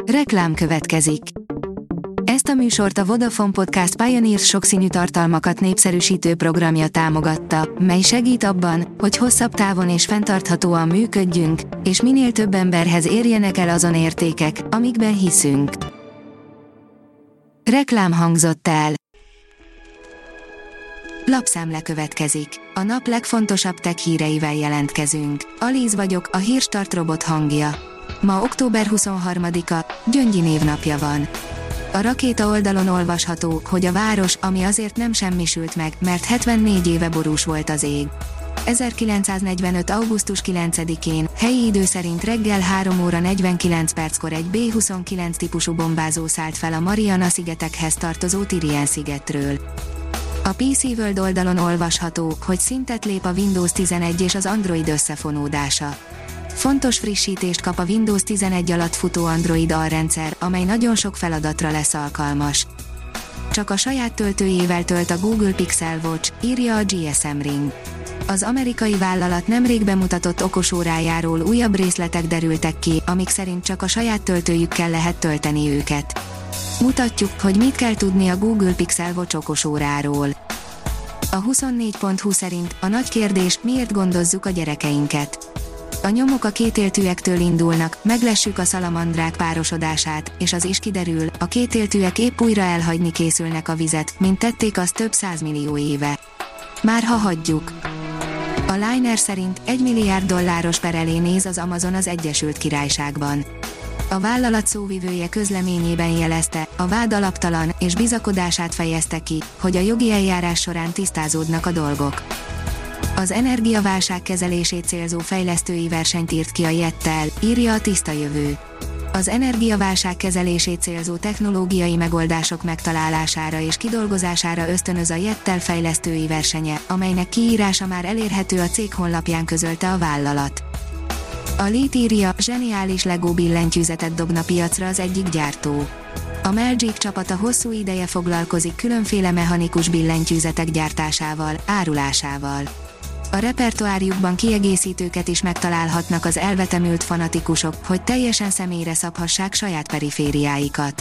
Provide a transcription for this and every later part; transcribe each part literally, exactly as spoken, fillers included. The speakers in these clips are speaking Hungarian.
Reklám következik. Ezt a műsort a Vodafone Podcast Pioneers sokszínű tartalmakat népszerűsítő programja támogatta, mely segít abban, hogy hosszabb távon és fenntarthatóan működjünk, és minél több emberhez érjenek el azon értékek, amikben hiszünk. Reklám hangzott el. Lapszemle következik. A nap legfontosabb tech híreivel jelentkezünk. Alíz vagyok, a Hírstart robot hangja. Ma október huszonharmadika, Gyöngyi névnapja van. A Rakéta oldalon olvasható, hogy a város, ami azért nem semmisült meg, mert hetvennégy éve borús volt az ég. ezerkilencszáznegyvenöt. augusztus kilencedikén, helyi idő szerint reggel három óra negyvenkilenc perckor egy bé huszonkilenc típusú bombázó szállt fel a Mariana-szigetekhez tartozó Tirian-szigetről. A pé cé World oldalon olvasható, hogy szintet lép a Windows tizenegy és az Android összefonódása. Fontos frissítést kap a Windows tizenegy alatt futó Android alrendszer, amely nagyon sok feladatra lesz alkalmas. Csak a saját töltőjével tölt a Google Pixel Watch, írja a gé es em Ring. Az amerikai vállalat nemrég bemutatott okosórájáról újabb részletek derültek ki, amik szerint csak a saját töltőjükkel lehet tölteni őket. Mutatjuk, hogy mit kell tudni a Google Pixel Watch okosóráról. A huszonnégy pont hu szerint a nagy kérdés, miért gondozzuk a gyerekeinket. A nyomok a kétéltűektől indulnak, meglessük a szalamandrák párosodását, és az is kiderül, a kétéltűek épp újra elhagyni készülnek a vizet, mint tették azt több százmillió éve. Már ha hagyjuk. A Liner szerint egy milliárd dolláros per elé néz az Amazon az Egyesült Királyságban. A vállalat szóvivője közleményében jelezte, a vád alaptalan, és bizakodását fejezte ki, hogy a jogi eljárás során tisztázódnak a dolgok. Az energiaválság kezelését célzó fejlesztői versenyt írt ki a Jettel, írja a Tiszta Jövő. Az energiaválság kezelését célzó technológiai megoldások megtalálására és kidolgozására ösztönöz a Jettel fejlesztői versenye, amelynek kiírása már elérhető a cég honlapján, közölte a vállalat. A Lead írja, zseniális Lego billentyűzetet dobna piacra az egyik gyártó. A Magic csapata hosszú ideje foglalkozik különféle mechanikus billentyűzetek gyártásával, árulásával. A repertoárjukban kiegészítőket is megtalálhatnak az elvetemült fanatikusok, hogy teljesen személyre szabhassák saját perifériáikat.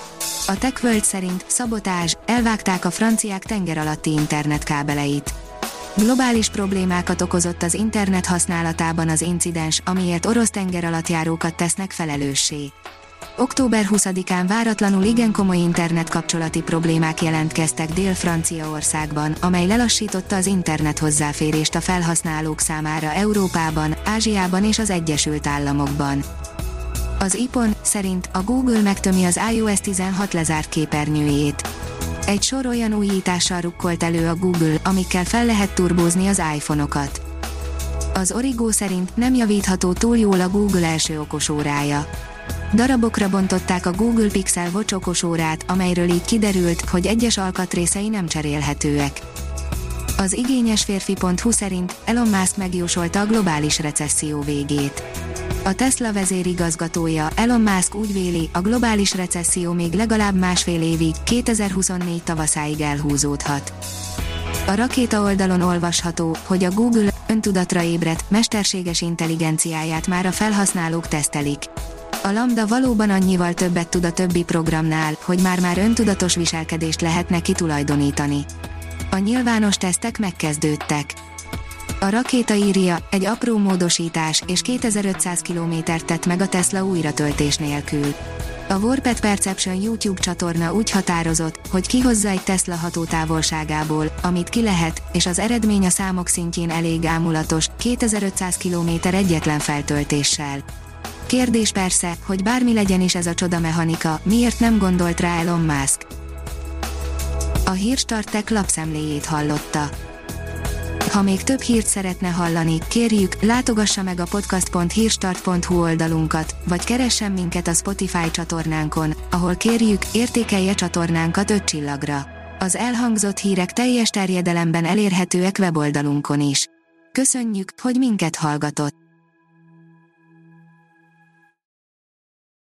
A TechWorld szerint szabotázs, elvágták a franciák tenger alatti internetkábeleit. Globális problémákat okozott az internet használatában az incidens, amiért orosz tengeralattjárókat tesznek felelőssé. október huszadikán váratlanul igen komoly internetkapcsolati problémák jelentkeztek Dél-Franciaországban, amely lelassította az internet hozzáférést a felhasználók számára Európában, Ázsiában és az Egyesült Államokban. Az i pont szerint a Google megtömi az iOS tizenhat lezárt képernyőjét. Egy sor olyan újítással rukkolt elő a Google, amikkel fel lehet turbózni az iPhone-okat. Az Origo szerint nem javítható túl jól a Google első okosórája. Darabokra bontották a Google Pixel Watch okosórát, amelyről így kiderült, hogy egyes alkatrészei nem cserélhetőek. Az igényes férfi pont hu szerint Elon Musk megjósolta a globális recesszió végét. A Tesla vezérigazgatója, Elon Musk úgy véli, a globális recesszió még legalább másfél évig, kétezer-huszonnégy tavaszáig elhúzódhat. A Rakéta oldalon olvasható, hogy a Google öntudatra ébredt, mesterséges intelligenciáját már a felhasználók tesztelik. A Lambda valóban annyival többet tud a többi programnál, hogy már-már öntudatos viselkedést lehet neki tulajdonítani. A nyilvános tesztek megkezdődtek. A Rakéta írja, egy apró módosítás, és kétezer-ötszáz kilométert tett meg a Tesla újratöltés nélkül. A Warped Perception YouTube csatorna úgy határozott, hogy kihozza egy Tesla hatótávolságából, amit ki lehet, és az eredmény a számok szintjén elég ámulatos, kétezer-ötszáz kilométer egyetlen feltöltéssel. Kérdés persze, hogy bármi legyen is ez a csodamechanika, miért nem gondolt rá Elon Musk? A Hírstart Tech lapszemléjét hallotta. Ha még több hírt szeretne hallani, kérjük, látogassa meg a podcast pont hírstart pont hu oldalunkat, vagy keressen minket a Spotify csatornánkon, ahol kérjük, értékelje csatornánkat öt csillagra. Az elhangzott hírek teljes terjedelemben elérhetőek weboldalunkon is. Köszönjük, hogy minket hallgatott!